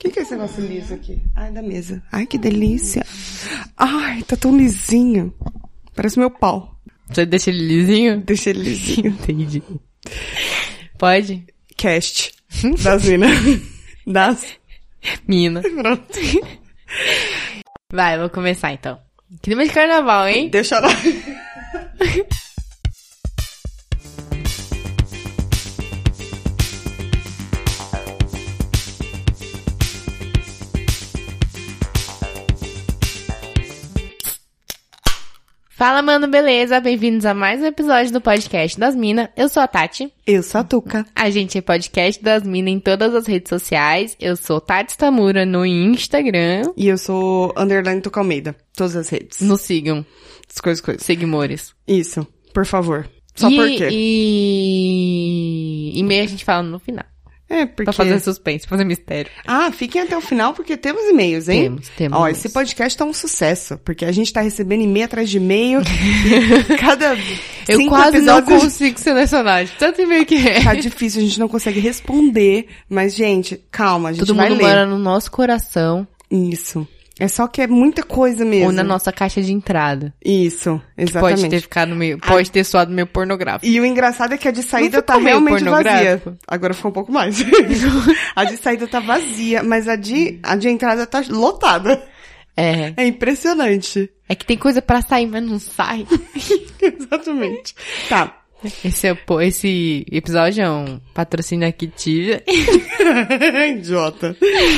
que é esse negócio liso aqui? Ai, da mesa. Ai, que delícia. Ai, tá tão lisinho. Parece meu pau. Você deixa ele lisinho? Deixa ele lisinho. Entendi. Pode? Cast. Das minas. Das... Mina. Pronto. Vai, vou começar então. Clima de carnaval, hein? Deixa lá. Fala, mano, beleza? Bem-vindos a mais um episódio do podcast das Minas. Eu sou a Tati. Eu sou a Tuca. A gente é podcast das Minas em todas as redes sociais. Eu sou Tati Tamura no Instagram. E eu sou _Tuca Almeida. Todas as redes. Nos sigam. Coisas. Seguimores. Isso, por favor. Só por quê? E e-mail a gente fala no final. É, porque... Pra fazer suspense, pra fazer mistério. Ah, fiquem até o final, porque temos e-mails, hein? Temos. Ó, esse podcast tá um sucesso, porque a gente tá recebendo e-mail atrás de e-mail, e cada Eu quase não consigo selecionar, de tanto e-mail que é. Tá difícil, a gente não consegue responder, mas, gente, calma, a gente Todo vai mundo ler. mora no nosso coração. Isso. É só que é muita coisa mesmo. Ou na nossa caixa de entrada. Isso, exatamente. Pode ter ficado meio, pode ter soado meio pornográfico. E o engraçado é que a de saída Não tá ficou meio realmente vazia. pornográfico? Agora ficou um pouco mais. A de saída tá vazia, mas a de entrada tá lotada. É. É impressionante. É que tem coisa pra sair, mas não sai. Exatamente. Tá. Esse episódio é um patrocínio aqui, Tia. Idiota.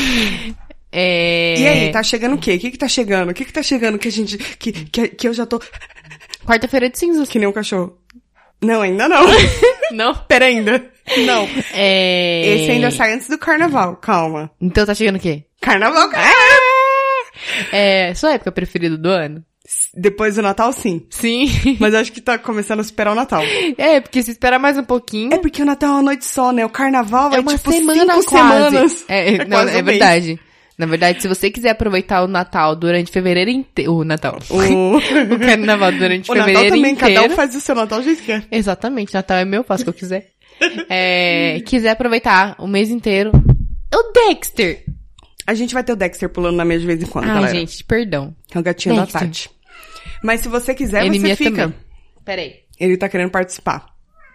E aí, tá chegando o quê? O que tá chegando? O que tá chegando que a gente... Que eu já tô... Quarta-feira de cinzas. Que nem um cachorro. Não, ainda não. Não? Pera ainda. Não. Esse ainda sai antes do carnaval. Calma. Então tá chegando o quê? Carnaval. Sua época preferida do ano? Depois do Natal, sim. Sim. Mas acho que tá começando a superar o Natal. É, porque se esperar mais um pouquinho... É porque o Natal é uma noite só, né? O carnaval vai, uma tipo, semana 5 quase. semanas. É verdade. Na verdade, se você quiser aproveitar o Natal durante fevereiro inteiro... O Natal. O carnaval durante o fevereiro Natal também, inteiro... cada um faz o seu Natal do jeito que quer. Exatamente, Natal é meu, faço o que eu quiser. Quiser aproveitar o mês inteiro... O Dexter! A gente vai ter o Dexter pulando na mesa de vez em quando, galera. Gente, perdão. É o gatinho Dexter. da Tati. Mas se você quiser, Ele você fica. Também. Peraí. Ele tá querendo participar.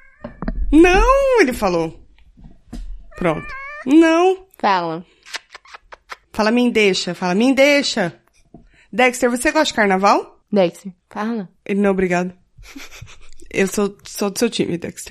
Não, ele falou. Pronto. Não. Fala. Fala, me deixa. Dexter, você gosta de carnaval? Dexter, fala. Ele não, obrigado. Eu sou do seu time, Dexter.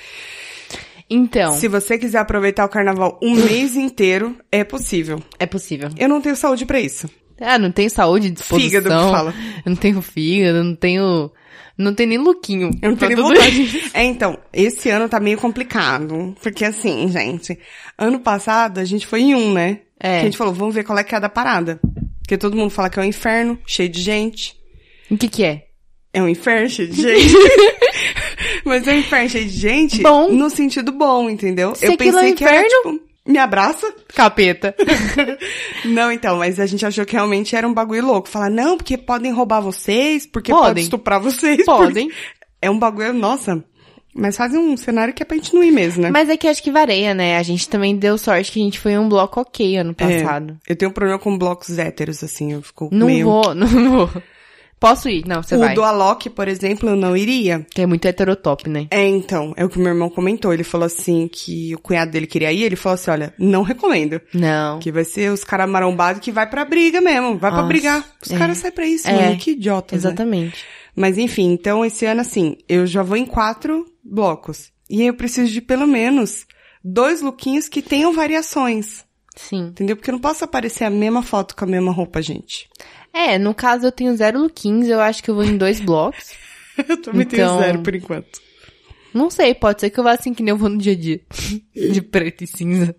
Então. Se você quiser aproveitar o carnaval um mês inteiro, é possível. É possível. Eu não tenho saúde pra isso. Não tenho saúde, disposição. Fígado que fala. Eu não tenho fígado, não tenho nem lookinho. Eu não tenho nem vontade. Então, esse ano tá meio complicado. Porque assim, gente, ano passado a gente foi em um, né? Que a gente falou, vamos ver qual é que é a da parada. Porque todo mundo fala que é um inferno, cheio de gente. O que é? É um inferno cheio de gente. Mas é um inferno cheio de gente bom. No sentido bom, entendeu? Se eu pensei que era, tipo, me abraça. Capeta. Não, então, mas a gente achou que realmente era um bagulho louco. Falar, não, porque podem roubar vocês, porque podem estuprar vocês. Podem. É um bagulho, nossa... Mas faz um cenário que é pra gente não ir mesmo, né? Mas é que acho que varia, né? A gente também deu sorte que a gente foi em um bloco ok ano passado. Eu tenho um problema com blocos héteros, assim, eu fico não meio... Não vou. Posso ir? Não, você vai. O do Alok, por exemplo, eu não iria. Que é muito heterotop, né? Então, é o que meu irmão comentou. Ele falou assim, que o cunhado dele queria ir, ele falou assim, olha, não recomendo. Não. Que vai ser os caras marombados que vai pra briga mesmo, vai pra brigar. Os caras saem pra isso, mano, que idiotas, exatamente. Né? Mas enfim, então esse ano, assim, eu já vou em 4 blocos. E aí eu preciso de pelo menos 2 lookinhos que tenham variações. Sim. Entendeu? Porque eu não posso aparecer a mesma foto com a mesma roupa, gente. No caso eu tenho 0 lookings, eu acho que eu vou em 2 blocos. Eu também tenho 0 por enquanto. Não sei, pode ser que eu vá assim que nem eu vou no dia a dia. De preto e cinza.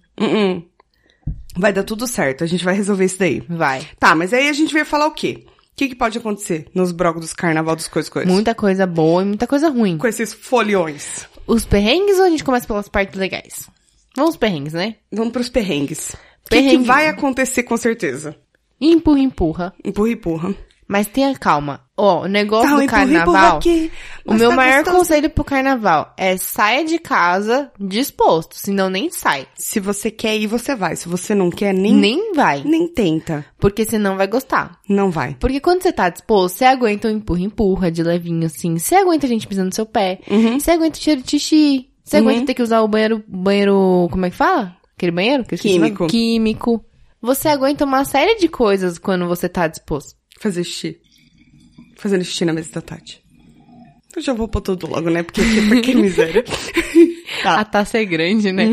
Vai dar tudo certo, a gente vai resolver isso daí. Vai. Tá, mas aí a gente veio falar o quê? O que pode acontecer nos blocos dos carnaval dos coisas? Muita coisa boa e muita coisa ruim. Com esses foliões. Os perrengues ou a gente começa pelas partes legais? Vamos pros perrengues, né? Vamos pros perrengues. O que vai acontecer com certeza? Empurra, empurra. Empurra, empurra. Mas tenha calma. Ó, o negócio do carnaval... o meu maior conselho pro carnaval é saia de casa disposto, senão nem sai. Se você quer ir, você vai. Se você não quer, nem vai. Nem tenta. Porque você não vai gostar. Não vai. Porque quando você tá disposto, você aguenta um empurra de levinho, assim. Você aguenta a gente pisando no seu pé. Você aguenta o cheiro de xixi. Você aguenta ter que usar o banheiro... Como é que fala? Aquele banheiro? Químico. Você aguenta uma série de coisas quando você tá disposto. Fazer xixi. Fazendo xixi na mesa da Tati. Eu já vou pôr tudo logo, né? Porque miséria. Tá. A taça é grande, né?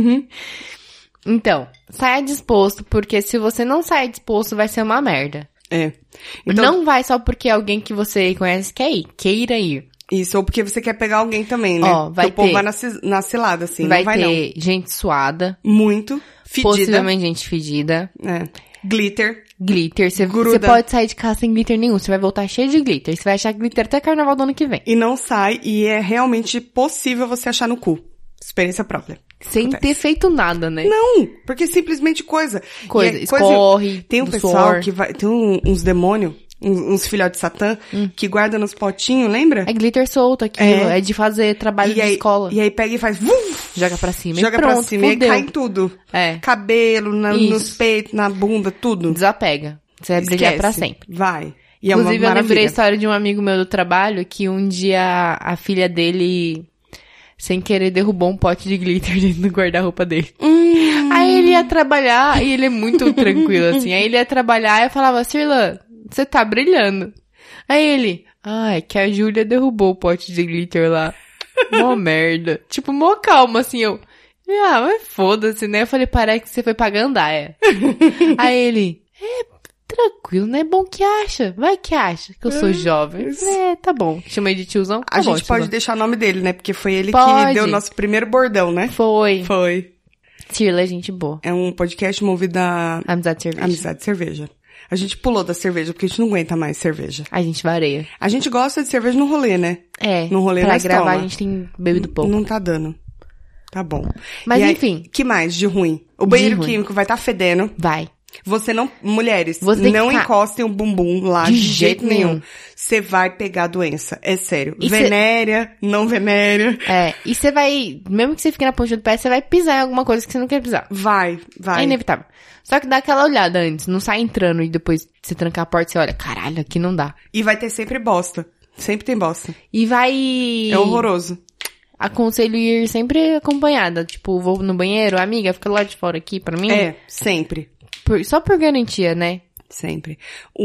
Então, saia disposto, porque se você não sair disposto, vai ser uma merda. Então, não vai só porque alguém que você conhece queira ir. Isso, ou porque você quer pegar alguém também, né? Ó, vai ter... o povo vai na cilada, assim. Vai não vai ter gente suada. Muito. Fedida. Possivelmente gente fedida. Glitter. Você pode sair de casa sem glitter nenhum. Você vai voltar cheio de glitter. Você vai achar glitter até carnaval do ano que vem. E não sai, e é realmente possível você achar no cu. Experiência própria. Sem ter feito nada, né? Não, porque é simplesmente coisa. Escorre. Tem um pessoal que vai... Tem uns demônios, uns filhotes de Satã, que guarda nos potinhos, lembra? É glitter solto aquilo. É de fazer trabalho de escola. E aí pega e faz... Joga pra cima joga e pronto, pra cima fudeu. E cai em tudo. Cabelo, nos peitos, na bunda, tudo. Desapega. Você vai brilhar pra sempre. Vai. E inclusive, eu lembrei a história de um amigo meu do trabalho, que um dia a filha dele, sem querer, derrubou um pote de glitter dentro do guarda-roupa dele. Aí ele ia trabalhar, e ele é muito tranquilo, assim. Aí ele ia trabalhar, e eu falava, Cirlan, você tá brilhando. Aí ele, é que a Júlia derrubou o pote de glitter lá. Mó merda. Tipo, mó calma, assim, eu... mas foda-se, né? Eu falei, parece que você foi pra gandaia. Aí ele... tranquilo, né? Bom que acha. Vai que acha que eu sou jovem. Tá bom. Chamei de tiozão. Tá a bom, gente pode deixar o nome dele, né? Porque foi ele pode. Que deu o nosso primeiro bordão, né? Foi. Cirla é gente boa. É um podcast movido a... Amizade de cerveja. Amizade de cerveja. A gente pulou da cerveja, porque a gente não aguenta mais cerveja. A gente vareia. A gente gosta de cerveja no rolê, né? No rolê pra nós gravar toma. A gente tem bebido pouco. Não tá dando. Tá bom. Mas e enfim. Aí, que mais de ruim? O banheiro químico vai tá fedendo. Vai. Você não... Mulheres, você não encostem o bumbum lá de jeito nenhum. Você vai pegar a doença. É sério. Venérea, não venérea. E você vai... Mesmo que você fique na ponta do pé, você vai pisar em alguma coisa que você não quer pisar. Vai. É inevitável. Só que dá aquela olhada antes. Não sai entrando e depois você trancar a porta e você olha, caralho, aqui não dá. E vai ter sempre bosta. Sempre tem bosta. E vai... É horroroso. Aconselho ir sempre acompanhada. Tipo, vou no banheiro, amiga, fica lá de fora aqui pra mim. Sempre. Só por garantia, né? Sempre.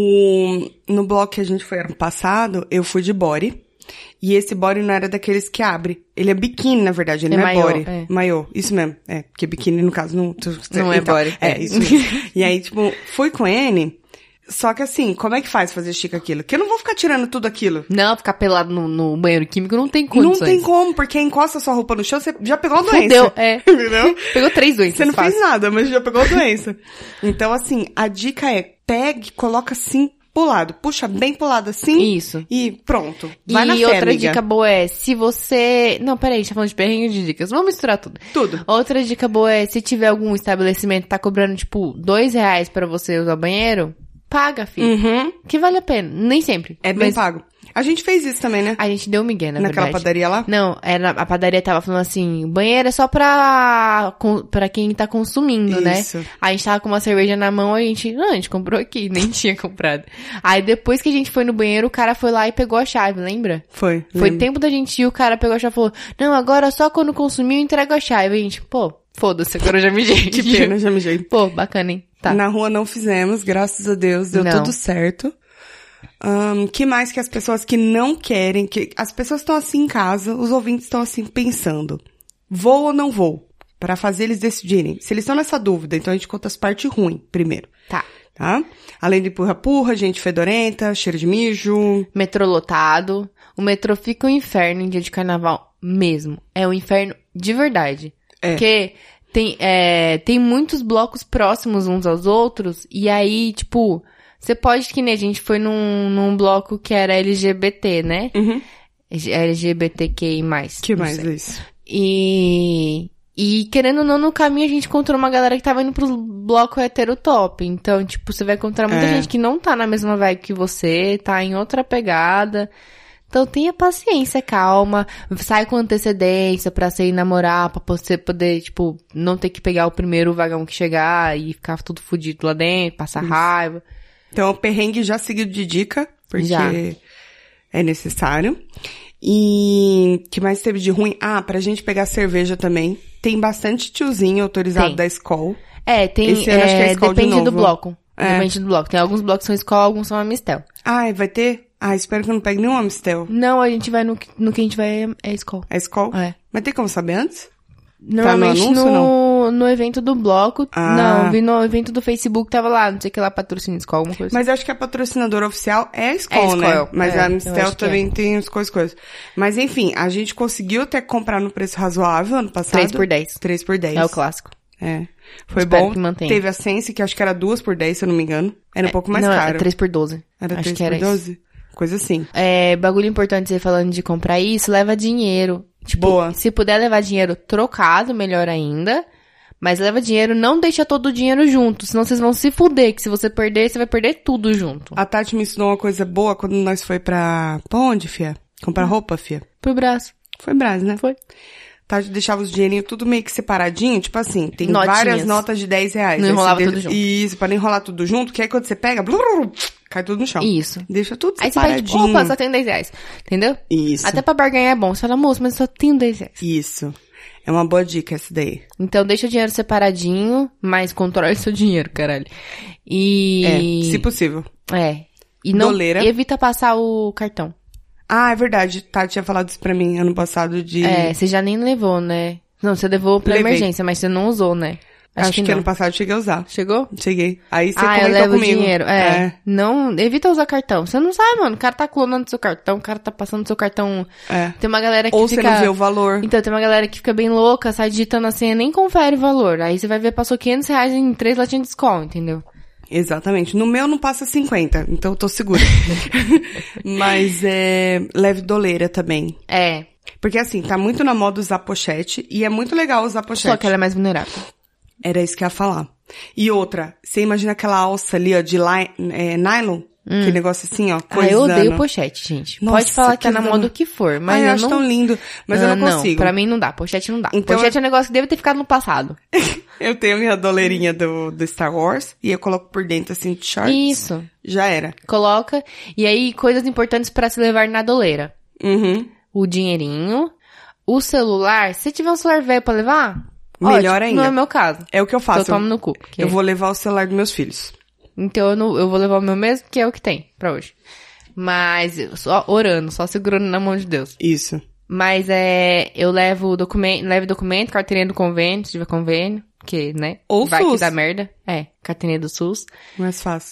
No bloco que a gente foi ano passado, eu fui de body. E esse body não era daqueles que abre. Ele é biquíni, na verdade. Ele não é body. Maiô. Isso mesmo. Porque biquíni, no caso, não... Não é body. Isso mesmo. E aí, tipo, fui com ele... Só que assim, como é que faz fazer chique aquilo? Que eu não vou ficar tirando tudo aquilo. Não, ficar pelado no banheiro químico não tem condições. Não tem como, porque encosta sua roupa no chão, você já pegou a doença. Fudeu, Entendeu? Pegou 3 doenças. Você não fez nada, mas já pegou a doença. Então assim, a dica é, pegue, coloca assim pro lado. Puxa bem pro lado assim. Isso. E pronto. Vai na fé, outra amiga. dica boa é, se você... Não, peraí, a gente tá falando de perrengue de dicas. Vamos misturar tudo. Tudo. Outra dica boa é, se tiver algum estabelecimento que tá cobrando, tipo, R$2 pra você usar o banheiro... Paga, filho. Que vale a pena. Nem sempre. É bem pago. A gente fez isso também, né? A gente deu um migué, na verdade. Naquela padaria lá? Não, a padaria tava falando assim, banheiro é só pra quem tá consumindo, né? Isso. Aí a gente tava com uma cerveja na mão, a gente comprou aqui, nem tinha comprado. Aí depois que a gente foi no banheiro, o cara foi lá e pegou a chave, lembra? Foi tempo da gente ir, o cara pegou a chave e falou, não, agora só quando consumiu, entrega a chave. A gente, foda-se, agora eu já mijei. Que pena, já mijei. Bacana, hein? Tá. Na rua não fizemos, graças a Deus, deu tudo certo. Que mais que as pessoas que não querem, que as pessoas estão assim em casa, os ouvintes estão assim pensando, vou ou não vou? Pra fazer eles decidirem. Se eles estão nessa dúvida, então a gente conta as partes ruins primeiro. Tá? Além de empurra-purra, gente fedorenta, cheiro de mijo. Metrô lotado. O metrô fica um inferno em dia de carnaval mesmo. É um inferno de verdade. Porque tem muitos blocos próximos uns aos outros, e aí, tipo, você pode, que nem a gente foi num bloco que era LGBT, né? LGBTQI+. Que mais é isso? E E, querendo ou não, no caminho a gente encontrou uma galera que tava indo pro bloco hétero top. Então, tipo, você vai encontrar muita gente que não tá na mesma vibe que você, tá em outra pegada. Então, tenha paciência, calma. Sai com antecedência pra você ir namorar, pra você poder, tipo, não ter que pegar o primeiro vagão que chegar e ficar tudo fudido lá dentro, passar raiva. Então, o perrengue já seguido de dica, porque é necessário. E que mais teve de ruim? Pra gente pegar cerveja também. Tem bastante tiozinho autorizado da Skol. Tem, esse ano acho que é Skol depende de novo. do bloco. Depende do bloco. Tem alguns blocos que são Skol, alguns são Amistel. Vai ter? Espero que eu não pegue nenhum Amistel. Não, a gente vai no que a gente vai é Skol. É Skol? É. Mas tem como saber antes? Normalmente tá no anúncio, no evento do bloco. Não, vi no evento do Facebook, tava lá, não sei o que lá, patrocínio Skol, alguma coisa. Mas eu acho que a patrocinadora oficial é a Skol, né? Mas a Amistel também tem as coisas. Mas enfim, a gente conseguiu até comprar no preço razoável ano passado. 3x10. 3x10. É o clássico. Foi Espero bom. que mantenha. Teve a Sense, que acho que era 2x10, se eu não me engano. Era um pouco mais caro. Não, 3x12. Era acho 3x12? que era isso. Coisa assim. Bagulho importante você falando de comprar isso, leva dinheiro. Tipo, Boa. Se puder levar dinheiro trocado, melhor ainda. Mas leva dinheiro, não deixa todo o dinheiro junto. Senão vocês vão se fuder, que se você perder, você vai perder tudo junto. A Tati me ensinou uma coisa boa quando nós foi pra onde, fia? Comprar roupa, fia? Pro braço. Foi Brás, né? Foi. Tati deixava os dinheirinhos tudo meio que separadinho, tipo assim, tem Notinhas. várias notas de R$10. Não enrolava tudo junto. Isso, pra não enrolar tudo junto, que aí quando você pega, cai tudo no chão. Isso. Deixa tudo Aí você vai, separadinho. tipo, opa, só tenho R$10. Entendeu? Isso. Até pra barganhar é bom. Você fala, moço, mas eu só tenho R$10. Isso. É uma boa dica essa daí. Então deixa o dinheiro separadinho, mas controle seu dinheiro, caralho. Se possível. E não Doleira. evita passar o cartão. É verdade. Tati tinha falado isso pra mim ano passado de... Você já nem levou, né? Não, você levou pra Levei. emergência, mas você não usou, né? Acho que não. ano passado eu cheguei a usar. Chegou? Cheguei. Aí você eu comentou levo comigo. dinheiro. Não, evita usar cartão. Você não sabe, mano. O cara tá clonando seu cartão, o cara tá passando seu cartão. Tem uma galera que Ou fica... você não vê o valor. Então, tem uma galera que fica bem louca, sai digitando a senha, nem confere o valor. Aí você vai ver, passou R$500 em 3 latinhas de Skol, entendeu? Exatamente. No meu não passa 50, então eu tô segura. Mas leve doleira também. Porque assim, tá muito na moda usar pochete, e é muito legal usar pochete. Só que ela é mais vulnerável. Era isso que eu ia falar. E outra, você imagina aquela alça ali, ó, de nylon? Aquele negócio assim, ó, coisando. Eu odeio pochete, gente. Nossa, pode falar que tá na moda o que for, mas eu eu acho não... tão lindo, mas eu não consigo. Pra mim não dá, pochete não dá. Então Pochete é um negócio que deve ter ficado no passado. Eu tenho a minha doleirinha do Star Wars, e eu coloco por dentro, assim, de shorts. Isso. Já era. Coloca, e aí, coisas importantes pra se levar na doleira. O dinheirinho, o celular, se tiver um celular velho pra levar... Melhor ótimo, ainda. Não é meu caso. É o que eu faço. Então eu tomo no cu. Eu vou levar o celular dos meus filhos. Então eu vou levar o meu mesmo, que é o que tem pra hoje. Mas só orando, só segurando na mão de Deus. Isso. Mas eu levo documento, carteirinha do convênio, se tiver convênio, que, né? Ou vai SUS. que dá merda. Carteirinha do SUS. Mais fácil.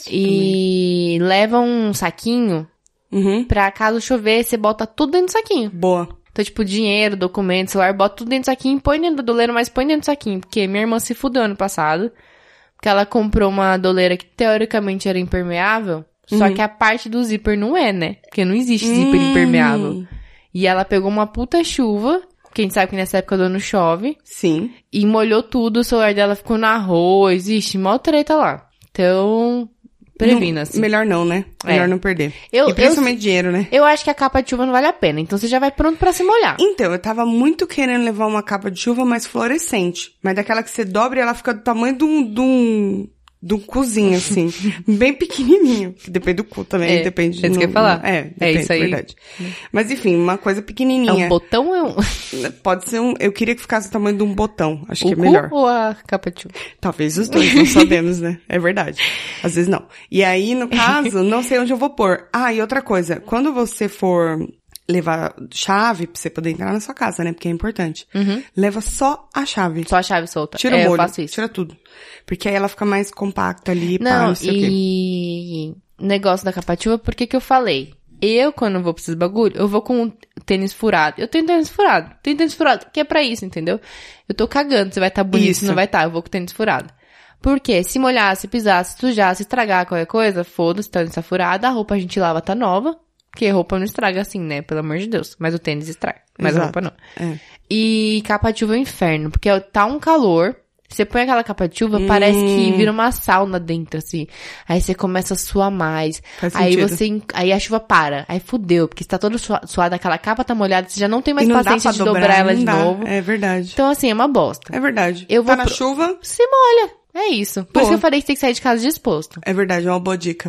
E leva um saquinho pra caso chover, você bota tudo dentro do saquinho. Boa. Então, tipo, dinheiro, documento, celular, bota tudo dentro do saquinho, põe dentro da doleira, mas põe dentro do saquinho. Porque minha irmã se fudeu ano passado, porque ela comprou uma doleira que teoricamente era impermeável, só que a parte do zíper não é, né? Porque não existe zíper impermeável. E ela pegou uma puta chuva, que a gente sabe que nessa época do ano chove. Sim. E molhou tudo, o celular dela ficou no arroz, ixi, mó treta lá. Então... previna-se. Melhor não, né? Melhor não perder. E principalmente dinheiro, né? Eu acho que a capa de chuva não vale a pena. Então você já vai pronto pra se molhar. Então, eu tava muito querendo levar uma capa de chuva mais fluorescente. Mas daquela que você dobra e ela fica do tamanho de um cozinho, assim. Bem pequenininho. Depende do cu também, depende. É isso que eu ia falar. Depende, isso aí. Verdade. Mas enfim, uma coisa pequenininha. É um botão ou é um... Pode ser eu queria que ficasse do tamanho de um botão. Acho que é cu melhor. Ou a capa de chuva? Talvez os dois, não sabemos, né? É verdade. Às vezes não. E aí, no caso, não sei onde eu vou pôr. E outra coisa. Quando você for levar chave pra você poder entrar na sua casa, né? Porque é importante. Leva só a chave. Só a chave solta. Tira o molho. Eu faço isso. Tira tudo. Porque aí ela fica mais compacta ali. Não, não sei o quê. e... negócio da capa de chuva, por que que eu falei? Eu, quando vou pra esses bagulho, eu vou com tênis furado. Eu tenho tênis furado. Tenho tênis furado, que é pra isso, entendeu? Eu tô cagando, você vai estar bonito, Isso. se não vai estar. Eu vou com tênis furado. Porque se molhar, se pisar, se sujar, se estragar qualquer coisa, foda-se, tênis tá furado, a roupa a gente lava, tá nova. Porque roupa não estraga assim, né? Pelo amor de Deus. Mas o tênis estraga. Mas Exato. a roupa não. É. E capa de chuva é um inferno. Porque tá um calor. Você põe aquela capa de chuva, parece que vira uma sauna dentro, assim. Aí você começa a suar mais. Faz Aí sentido. aí a chuva para. Aí fudeu, porque você tá todo suado, aquela capa tá molhada, você já não tem mais E não paciência dá de pra dobrar ela não de dá. novo. É verdade. Então, assim, é uma bosta. É verdade. Eu vou tá na chuva, Se molha. É isso. Por Pô. isso que eu falei que tem que sair de casa disposto. é verdade, é uma boa dica.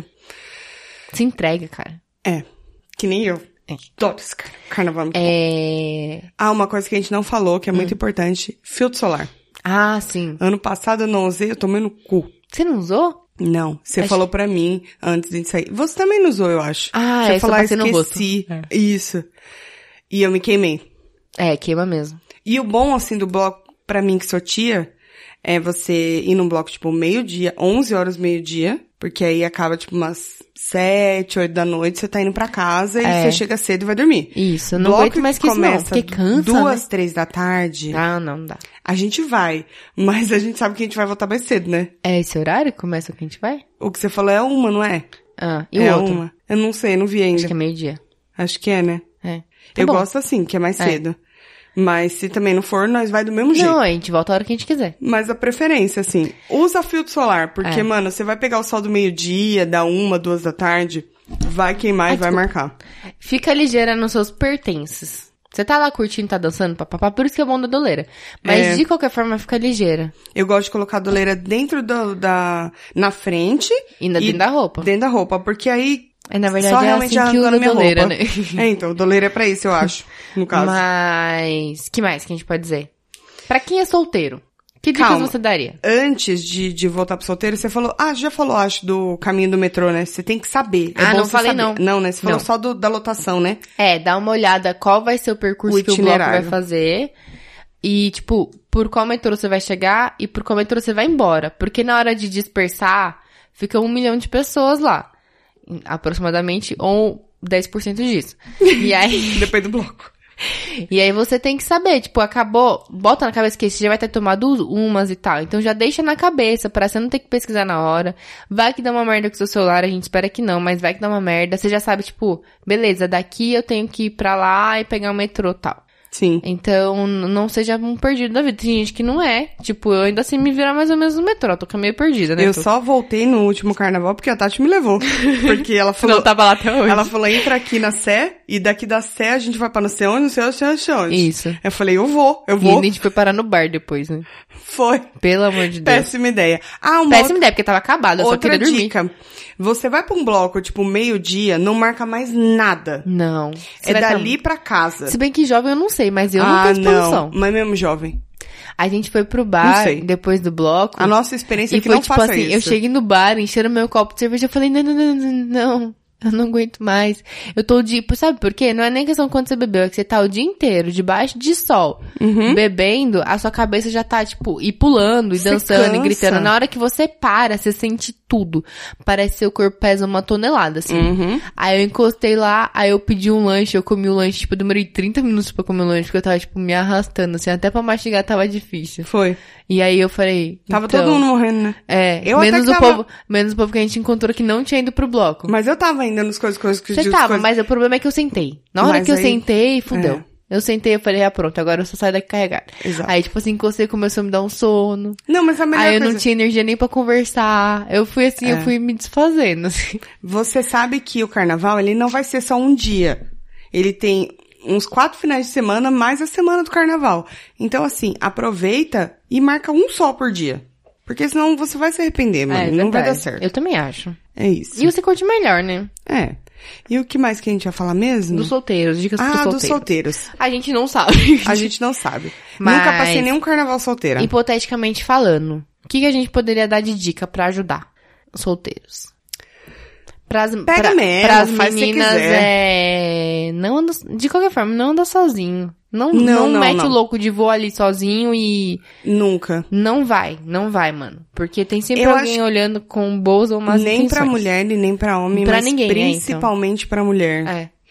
Se entrega, cara. É, que nem eu. Adoro esse carnaval. Ah, uma coisa que a gente não falou, que é muito importante, filtro solar. Ah, sim. Ano passado eu não usei, eu tomei no cu. Você não usou? Não, você falou pra mim antes de sair. Você também não usou, eu acho. Ah, você eu falou, só passei no esqueci. rosto. Isso. E eu me queimei. É, queima mesmo. E o bom, assim, do bloco, pra mim que sou tia, é você ir num bloco, tipo, meio-dia, 11 horas, meio-dia, porque aí acaba, tipo, umas 7, 8 da noite, você tá indo pra casa e você chega cedo e vai dormir. Isso, eu não bloco aguento mais que isso não, porque cansa, 2, né? 3 da tarde, Ah, não dá. a gente vai, mas a gente sabe que a gente vai voltar mais cedo, né? É esse horário que começa que a gente vai? O que você falou é 1, não é? Ah, e é o outro? 1. Eu não sei, não vi ainda. Acho que é meio-dia. Acho que é, né? É. Tá Eu bom. gosto assim, que é mais cedo. Mas se também não for, nós vai do mesmo jeito. Não, a gente volta a hora que a gente quiser. Mas a preferência, assim, usa filtro solar, porque, mano, você vai pegar o sol do meio-dia, da 1, 2 da tarde, vai queimar e vai marcar. Fica ligeira nos seus pertences. Você tá lá curtindo, tá dançando, papapá, por isso que é bom da doleira. Mas de qualquer forma, fica ligeira. Eu gosto de colocar a doleira dentro na frente. E dentro da roupa. Dentro da roupa, porque aí Na verdade, só é realmente assim que usa arrancando minha doleira, roupa. né? É, então, doleira é pra isso, eu acho, no caso. Mas, que mais que a gente pode dizer? Pra quem é solteiro, que dicas Calma. você daria? Antes de voltar pro solteiro, você falou... Ah, já falou, acho, do caminho do metrô, né? Você tem que saber. É Ah, bom não você falei, saber. não. Não, né? Você falou Não. só da lotação, né? É, dá uma olhada qual vai ser o percurso O que o bloco itinerário. vai fazer. E, tipo, por qual metrô você vai chegar e por qual metrô você vai embora. Porque na hora de dispersar, fica 1 milhão de pessoas lá. Aproximadamente, ou 10% disso. E aí... Depende do bloco. E aí você tem que saber, tipo, acabou, bota na cabeça que você já vai ter tomado umas e tal. Então já deixa na cabeça, pra você não ter que pesquisar na hora. Vai que dá uma merda com o seu celular, a gente espera que não, mas vai que dá uma merda. Você já sabe, tipo, beleza, daqui eu tenho que ir pra lá e pegar o metrô e tal. Sim. Então, não seja um perdido da vida. Tem gente que não é. Tipo, eu ainda assim me virar mais ou menos no metrô. Tô meio perdida, né? Eu só voltei no último carnaval porque a Tati me levou. Porque ela Você falou... não tava lá até hoje. Ela falou, entra aqui na Sé, e daqui da Sé a gente vai pra não sei onde, não sei onde. Isso. Eu falei, eu vou. E a gente foi parar no bar depois, né? Foi. Pelo amor de Deus. Péssima ideia. Ah, Péssima ideia, porque tava acabado, eu só outra queria dormir. dica. Você vai pra um bloco, tipo, meio-dia, não marca mais nada. Não. Você É vai dali pra casa. Se bem que jovem eu não sei, mas eu não tenho disposição. não. Mas mesmo jovem. A gente foi pro Não bar sei. depois do bloco. A nossa experiência é E que foi não tipo faça assim, isso. eu cheguei no bar, encheram meu copo de cerveja, eu falei, não, eu não aguento mais. Eu tô sabe por quê? Não é nem questão quando você bebeu, é que você tá o dia inteiro debaixo de sol, bebendo, a sua cabeça já tá, tipo, e pulando, e Você dançando, e cansa. gritando. Na hora que você para, você sente tudo. Parece que seu corpo pesa 1 tonelada, assim. Aí eu encostei lá, aí eu pedi um lanche, eu comi o lanche, tipo, eu demorei 30 minutos pra comer o lanche, porque eu tava, tipo, me arrastando, assim, até pra mastigar tava difícil. Foi. E aí eu falei... Tava então, todo mundo morrendo, né? É, Eu menos até o que tava- povo que a gente encontrou que não tinha ido pro bloco. Mas eu tava ainda nos coisas que Você tava, mas o problema é que eu sentei. Na hora Mas que eu aí- sentei, fudeu. É. Eu sentei, eu falei, pronto, agora eu só saio daqui carregada. Exato. Aí, tipo assim, encostei, começou a me dar um sono. Não, mas a melhor Aí eu coisa... não tinha energia nem pra conversar. Eu fui assim, eu fui me desfazendo, assim. Você sabe que o carnaval, ele não vai ser só um dia. Ele tem uns 4 finais de semana, mais a semana do carnaval. Então, assim, aproveita e marca um só por dia. Porque senão você vai se arrepender, mano. Não vai dar certo. Eu também acho. É isso. E você curte melhor, né? É. E o que mais que a gente ia falar mesmo? Dos solteiros, dicas pros solteiros. dos solteiros. A gente não sabe. A gente não sabe. Mas- Nunca passei nenhum carnaval solteira. Hipoteticamente falando, o que a gente poderia dar de dica pra ajudar os solteiros? Pras mesmo, pras faz se meninas, quiser. não anda, de qualquer forma, não anda sozinho. Não Não, mete não. o louco de vou ali sozinho e Nunca. não vai, mano. Porque tem sempre Eu alguém olhando com boas ou más Nem pra intenções. mulher e nem pra homem, Pra mas ninguém, principalmente pra mulher. É.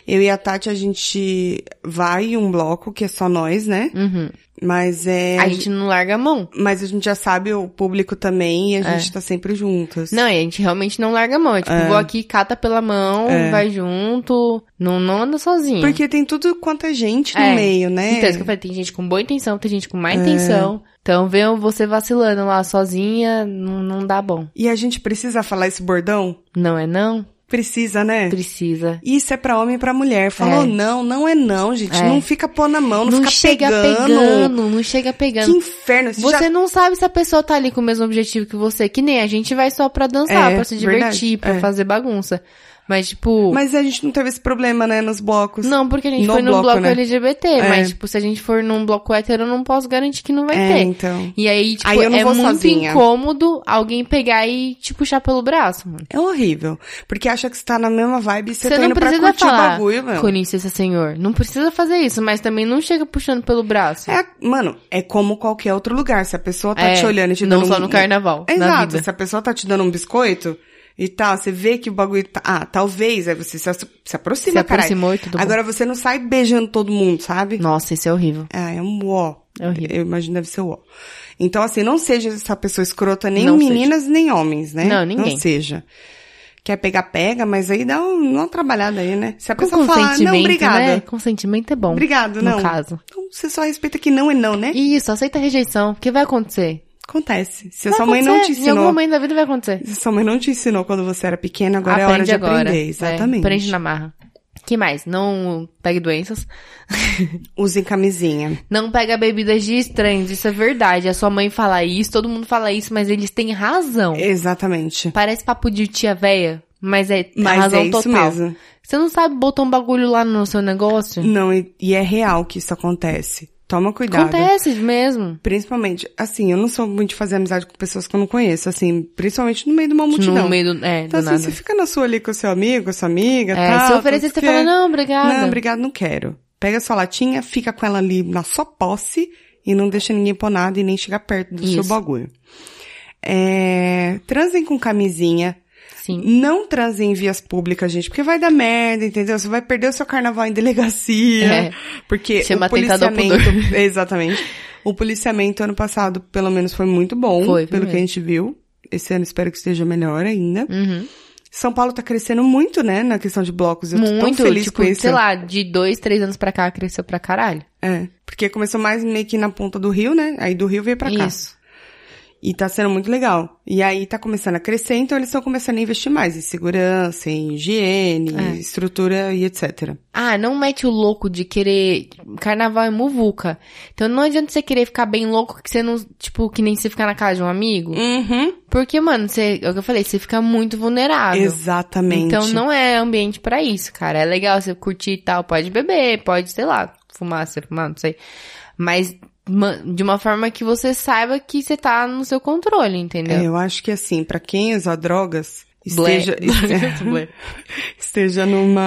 Eu e a Tati, a gente vai em um bloco que é só nós, né? Uhum. Mas A gente não larga a mão. Mas a gente já sabe o público também e a gente tá sempre juntas. Não, e a gente realmente não larga a mão. Tipo, vou aqui, cata pela mão, vai junto, não anda sozinho. Porque tem tudo quanto é gente no meio, né? Então, isso que eu falei, tem gente com boa intenção, tem gente com má intenção. Então, ver você vacilando lá sozinha, não dá bom. E a gente precisa falar esse bordão? Não é não? Precisa, né? Precisa. Isso é pra homem e pra mulher. Falou não é não, gente. Não fica pondo a mão, não fica chega pegando. Não chega pegando. Que inferno. Você não sabe se a pessoa tá ali com o mesmo objetivo que você. Que nem a gente vai só pra dançar, pra se divertir, pra fazer bagunça. Mas, tipo... Mas a gente não teve esse problema, né, nos blocos. Não, porque a gente foi num bloco LGBT. Mas, tipo, se a gente for num bloco hétero, eu não posso garantir que não vai ter. Então. E aí, tipo, aí eu não vou muito sozinha. Incômodo alguém pegar e te puxar pelo braço, mano. É horrível. Porque acha que você tá na mesma vibe e você tá indo pra curtir o bagulho, meu. Com licença, senhor. Não precisa fazer isso, mas também não chega puxando pelo braço. Mano, é como qualquer outro lugar. Se a pessoa tá te olhando e te dando não só no carnaval, Exato. na vida. Se a pessoa tá te dando um biscoito... E tal, você vê que o bagulho tá... talvez, aí você se aproxima, caralho. Se aproximou e tudo bom. Agora você não sai beijando todo mundo, sabe? Nossa, isso é horrível. É um ó. É horrível. Eu imagino que deve ser o ó. Então, assim, não seja essa pessoa escrota, nem meninas, nem homens, né? Não, ninguém. Não seja. Quer pegar, pega, mas aí dá uma trabalhada aí, né? Se a pessoa falar, não, obrigada. Né? Consentimento é bom. Obrigado, não. No caso. Então, você só respeita que não é não, né? Isso, aceita a rejeição. O que vai acontecer? Acontece. Se a sua mãe não te ensinou... Em algum momento da vida vai acontecer. Se a sua mãe não te ensinou quando você era pequena, agora é hora de aprender. Exatamente. Aprende na marra. Que mais? Não pegue doenças. Usem camisinha. Não pega bebidas de estranhos. Isso é verdade. A sua mãe fala isso, todo mundo fala isso, mas eles têm razão. Exatamente. Parece papo de tia véia, mas é razão total. Isso mesmo. Você não sabe botar um bagulho lá no seu negócio? Não, e é real que isso acontece. Toma cuidado. Acontece mesmo. Principalmente, assim, eu não sou muito de fazer amizade com pessoas que eu não conheço, assim, principalmente no meio de uma multidão. No meio então, do assim, nada. você fica na sua ali com o seu amigo, com a sua amiga, tal. Se oferecer, você fala, não, obrigada. Não, obrigado, não quero. Pega a sua latinha, fica com ela ali na sua posse e não deixa ninguém pôr nada e nem chegar perto do seu bagulho. Transem com camisinha. Sim. Não transem em vias públicas, gente, porque vai dar merda, entendeu? Você vai perder o seu carnaval em delegacia. Porque chama o policiamento... Exatamente. O policiamento ano passado, pelo menos, foi muito bom. Pelo que a gente viu. Esse ano espero que esteja melhor ainda. Uhum. São Paulo tá crescendo muito, né, na questão de blocos. Eu tô tão feliz com isso. Sei lá, de 2, 3 anos pra cá cresceu pra caralho. Porque começou mais meio que na ponta do Rio, né? Aí do Rio veio pra cá. Isso. E tá sendo muito legal. E aí tá começando a crescer, então eles estão começando a investir mais em segurança, em higiene, estrutura e etc. Não mete o louco de querer... Carnaval é muvuca. Então não adianta você querer ficar bem louco que você não... Tipo, que nem você ficar na casa de um amigo. Uhum. Porque, mano, é o que eu falei, você fica muito vulnerável. Exatamente. Então não é ambiente pra isso, cara. É legal você curtir e tal, pode beber, pode, sei lá, fumar, não sei. Mas... de uma forma que você saiba que você tá no seu controle, entendeu? Eu acho que assim, pra quem usa drogas, esteja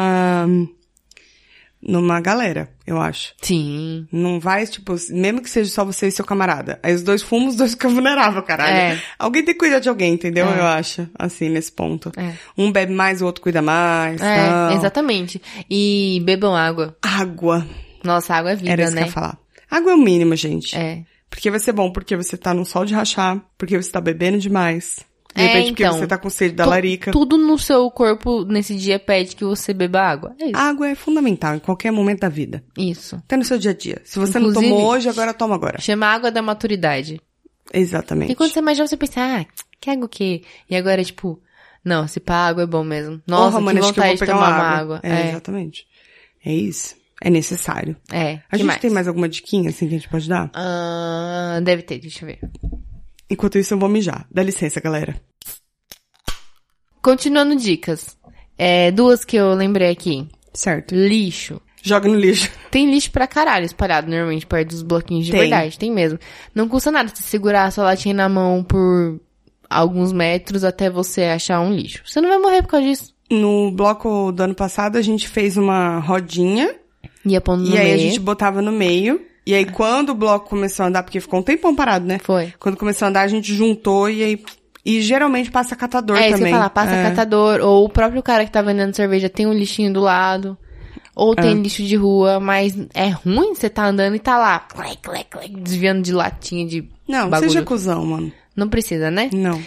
numa galera, eu acho. Sim. Não vai, tipo, mesmo que seja só você e seu camarada. Aí os dois fumam, os dois ficam vulneráveis, caralho. Alguém tem que cuidar de alguém, entendeu? Eu acho, assim, nesse ponto. Um bebe mais, o outro cuida mais. Exatamente. E bebam água. Água. Nossa, água é vida, Era isso né? que eu ia falar. Água é o mínimo, gente. É. Porque vai ser bom, porque você tá num sol de rachar, porque você tá bebendo demais. De repente, porque você tá com sede da larica. Tudo no seu corpo, nesse dia, pede que você beba água. É isso. A água é fundamental em qualquer momento da vida. Isso. Até no seu dia a dia. Se você não tomou hoje, agora toma agora. Chama água da maturidade. Exatamente. E quando você é mais jovem, você pensa, que água o quê? E agora, tipo, não, se pá, água é bom mesmo. Nossa, que vontade de tomar uma água. Exatamente. É isso. É necessário. A gente tem mais alguma diquinha, assim, que a gente pode dar? Deve ter, deixa eu ver. Enquanto isso, eu vou mijar. Dá licença, galera. Continuando dicas. 2 que eu lembrei aqui. Certo. Lixo. Joga no lixo. Tem lixo pra caralho espalhado, normalmente, perto dos bloquinhos de verdade. Tem mesmo. Não custa nada você segurar a sua latinha na mão por alguns metros até você achar um lixo. Você não vai morrer por causa disso. No bloco do ano passado, a gente fez uma rodinha. Ia pondo no meio. E aí a gente botava no meio. E aí quando o bloco começou a andar, porque ficou um tempão parado, né? Foi. Quando começou a andar, a gente juntou e aí... E geralmente passa catador também. Isso que eu ia falar, passa catador. Ou o próprio cara que tá vendendo cerveja tem um lixinho do lado. Ou tem lixo de rua, mas é ruim você tá andando e tá lá, desviando de latinha de Não, bagulho. seja cuzão, mano. Não precisa, né? Não.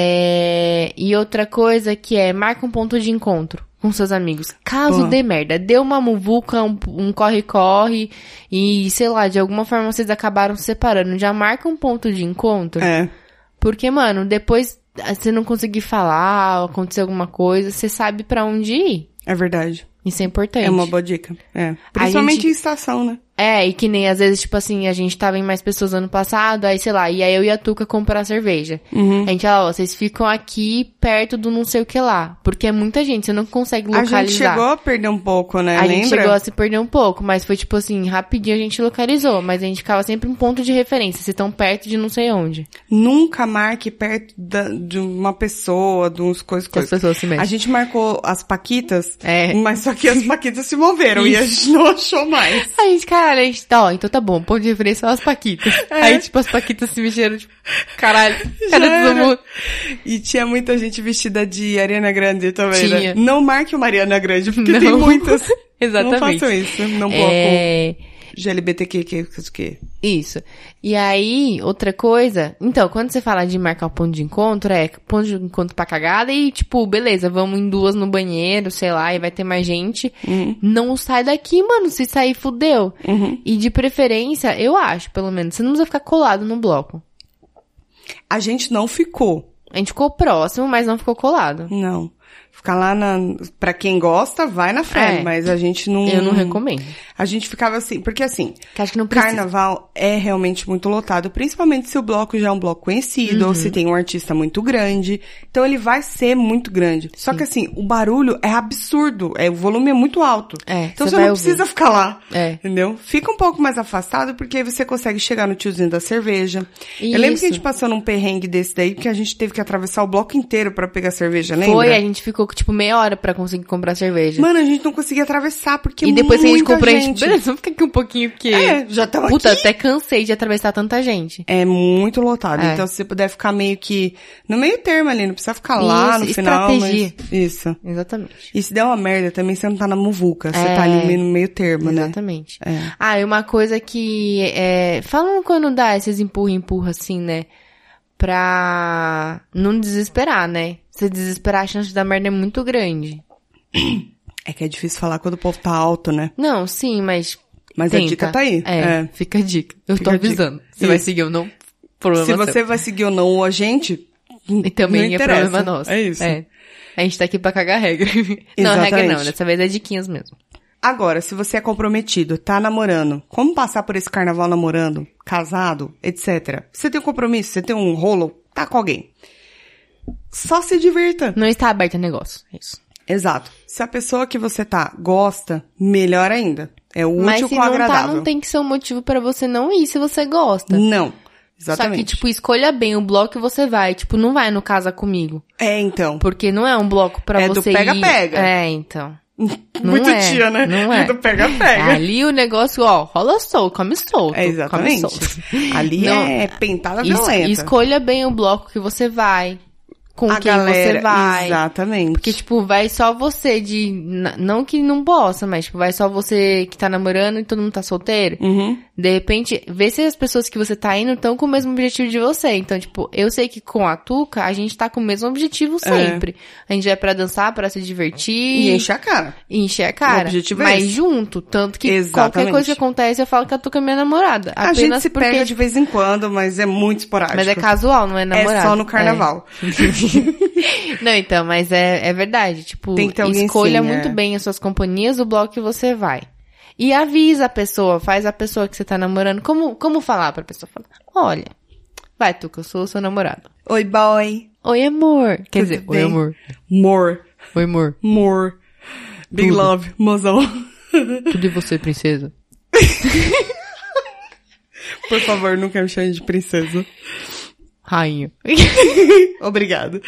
E outra coisa que marca um ponto de encontro com seus amigos. Caso dê merda, deu uma muvuca, um corre-corre e, sei lá, de alguma forma vocês acabaram se separando. Já marca um ponto de encontro. Porque, mano, depois você não conseguir falar, acontecer alguma coisa, você sabe pra onde ir. É verdade. Isso é importante. É uma boa dica. Principalmente em estação, né? E que nem às vezes, tipo assim, a gente tava em mais pessoas ano passado, aí sei lá, e aí eu e a Tuca comprar cerveja. A gente fala, vocês ficam aqui perto do não sei o que lá. Porque é muita gente, você não consegue localizar. A gente chegou a perder um pouco, né? Lembra? Gente chegou a se perder um pouco, mas foi tipo assim, rapidinho a gente localizou. Mas a gente ficava sempre um ponto de referência, se estão perto de não sei onde. Nunca marque perto de uma pessoa, de uns coisas. Que as pessoas se mexem. A gente marcou as paquitas, mas só que as paquitas se moveram e a gente não achou mais. Aí a gente, cara, então tá bom, ponto de referência são as paquitas. Aí, tipo, as paquitas se mexeram, tipo, caralho, cadê todo mundo? E tinha muita gente vestida de Ariana Grande também, Tinha. né? Não marque uma Ariana Grande, porque tem muitas. Exatamente. Não façam isso, não bloco GLBTQ, que Isso. E aí, outra coisa... Então, quando você fala de marcar o ponto de encontro, ponto de encontro pra cagada e, tipo, beleza, vamos em 2 no banheiro, sei lá, e vai ter mais gente. Não sai daqui, mano, se sair, fudeu. E de preferência, eu acho, pelo menos, você não precisa ficar colado no bloco. A gente não ficou. A gente ficou próximo, mas não ficou colado. Não. Ficar lá pra quem gosta, vai na frente, mas a gente não... Eu não recomendo. A gente ficava assim, porque assim, que acho que não precisa. Carnaval é realmente muito lotado, principalmente se o bloco já é um bloco conhecido, ou se tem um artista muito grande, então ele vai ser muito grande. Só que assim, o barulho é absurdo, o volume é muito alto. Então você não precisa ficar lá, entendeu? Fica um pouco mais afastado, porque aí você consegue chegar no tiozinho da cerveja. Eu lembro que a gente passou num perrengue desse daí, porque a gente teve que atravessar o bloco inteiro pra pegar cerveja, lembra? Foi, a gente ficou tipo meia hora pra conseguir comprar cerveja. Mano, a gente não conseguia atravessar, porque e depois que a gente comprou, gente... beleza, vamos ficar aqui um pouquinho, porque... já tava Puta, aqui. até cansei de atravessar tanta gente. É muito lotado, então se você puder ficar meio que no meio termo ali, não precisa ficar lá no final, estratégia. Mas... Isso. Exatamente. E se der uma merda também, você não tá na muvuca, você tá ali no meio termo, né? Exatamente. E uma coisa que falam quando dá esses empurra assim, né? Pra não desesperar, né? Se desesperar, a chance de dar merda é muito grande. É que é difícil falar quando o povo tá alto, né? Não, sim, mas tenta. A dica tá aí. Fica a dica. Eu tô avisando. Você vai seguir ou não, problema Se você vai seguir ou não a gente, e também é problema nosso. É isso. A gente tá aqui pra cagar regra. Não, regra não. Dessa vez é diquinhas mesmo. Agora, se você é comprometido, tá namorando, como passar por esse carnaval namorando, casado, etc. Você tem um compromisso, você tem um rolo, tá com alguém. Só se divirta. Não está aberto o negócio, é isso. Exato. Se a pessoa que você tá gosta, melhor ainda. É o útil com o agradável. Mas se não tem que ser um motivo pra você não ir se você gosta. Não. Exatamente. Só que, tipo, escolha bem o bloco que você vai. Tipo, não vai no Casa Comigo. Então. Porque não é um bloco pra você ir... É do pega-pega. Então. Muito tia, né? Não é. Do pega-pega. Ali o negócio, rola solto, come solto. Exatamente. Come solto. Ali é pentada violenta. Escolha bem o bloco que você vai. Com a quem galera, você vai. Exatamente. Porque, tipo, vai só você de... Não que não possa, mas, tipo, vai só você que tá namorando e todo mundo tá solteiro. De repente, vê se as pessoas que você tá indo estão com o mesmo objetivo de você. Então, tipo, eu sei que com a Tuca, a gente tá com o mesmo objetivo sempre. A gente vai pra dançar, pra se divertir. E encher a cara. O objetivo é esse. Junto. Tanto que qualquer coisa que acontece, eu falo que a Tuca é minha namorada. A gente se perde de vez em quando, mas é muito esporádico. Mas é casual, não é namorado. É só no carnaval. Não, então, mas é verdade. Tipo, escolha muito bem as suas companhias, o bloco que você vai. E avisa a pessoa, faz a pessoa que você tá namorando. Como falar pra pessoa? Falar, olha, vai, Tuca, eu sou o seu namorado. Oi, boy. Oi, amor. Quer dizer, oi, amor. More. Oi, amor. More. Big Tudo. love, mozão. Tudo e você, princesa? Por favor, nunca me chame de princesa. Rainha. Obrigado.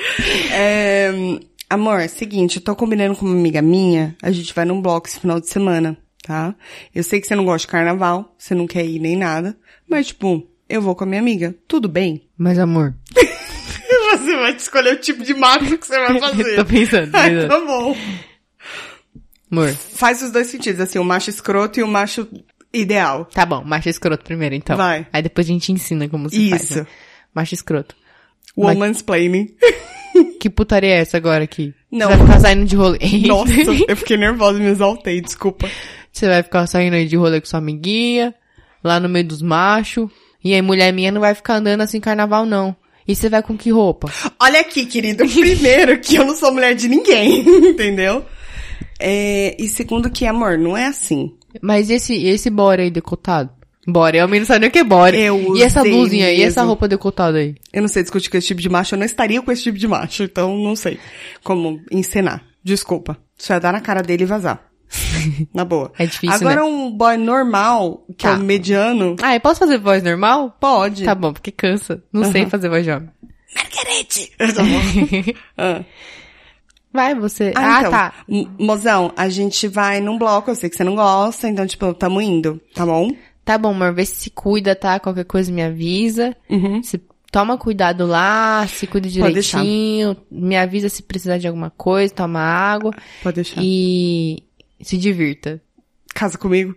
Amor, seguinte, eu tô combinando com uma amiga minha, a gente vai num bloco esse final de semana, tá? Eu sei que você não gosta de carnaval, você não quer ir nem nada, mas tipo, eu vou com a minha amiga, tudo bem? Mas amor... Você vai escolher o tipo de mato que você vai fazer. Tô pensando. Tá bom. Amor. Faz os dois sentidos, assim, o macho escroto e o macho ideal. Tá bom, macho escroto primeiro, então. Vai. Aí depois a gente ensina como se faz. Isso. Né? Macho escroto. Womansplaining. Que putaria é essa agora aqui? Não. Você vai ficar saindo de rolê. Nossa, eu fiquei nervosa, me exaltei, desculpa. Você vai ficar saindo aí de rolê com sua amiguinha, lá no meio dos machos. E aí, mulher minha não vai ficar andando assim em carnaval, não. E você vai com que roupa? Olha aqui, querido. Primeiro, que eu não sou mulher de ninguém, entendeu? E segundo que, amor, não é assim. Mas esse body aí decotado? Body, eu não sabe nem o que é body. E essa blusinha aí, e essa roupa decotada aí? Eu não sei discutir com esse tipo de macho, eu não estaria com esse tipo de macho, então não sei como encenar. Desculpa. Só ia dar na cara dele e vazar. Na boa. É difícil, agora né? Um boy normal, que é o mediano... Ah, eu posso fazer voz normal? Pode. Tá bom, porque cansa. Não sei fazer voz de homem. Margarete! Tá bom. Vai, você. Então, tá. Mozão, a gente vai num bloco, eu sei que você não gosta, então, tipo, tamo indo, tá bom? Tá bom, amor, vê se cuida, tá? Qualquer coisa me avisa. Se toma cuidado lá, se cuida direitinho. Me avisa se precisar de alguma coisa, toma água. Pode deixar. E se divirta. Casa comigo.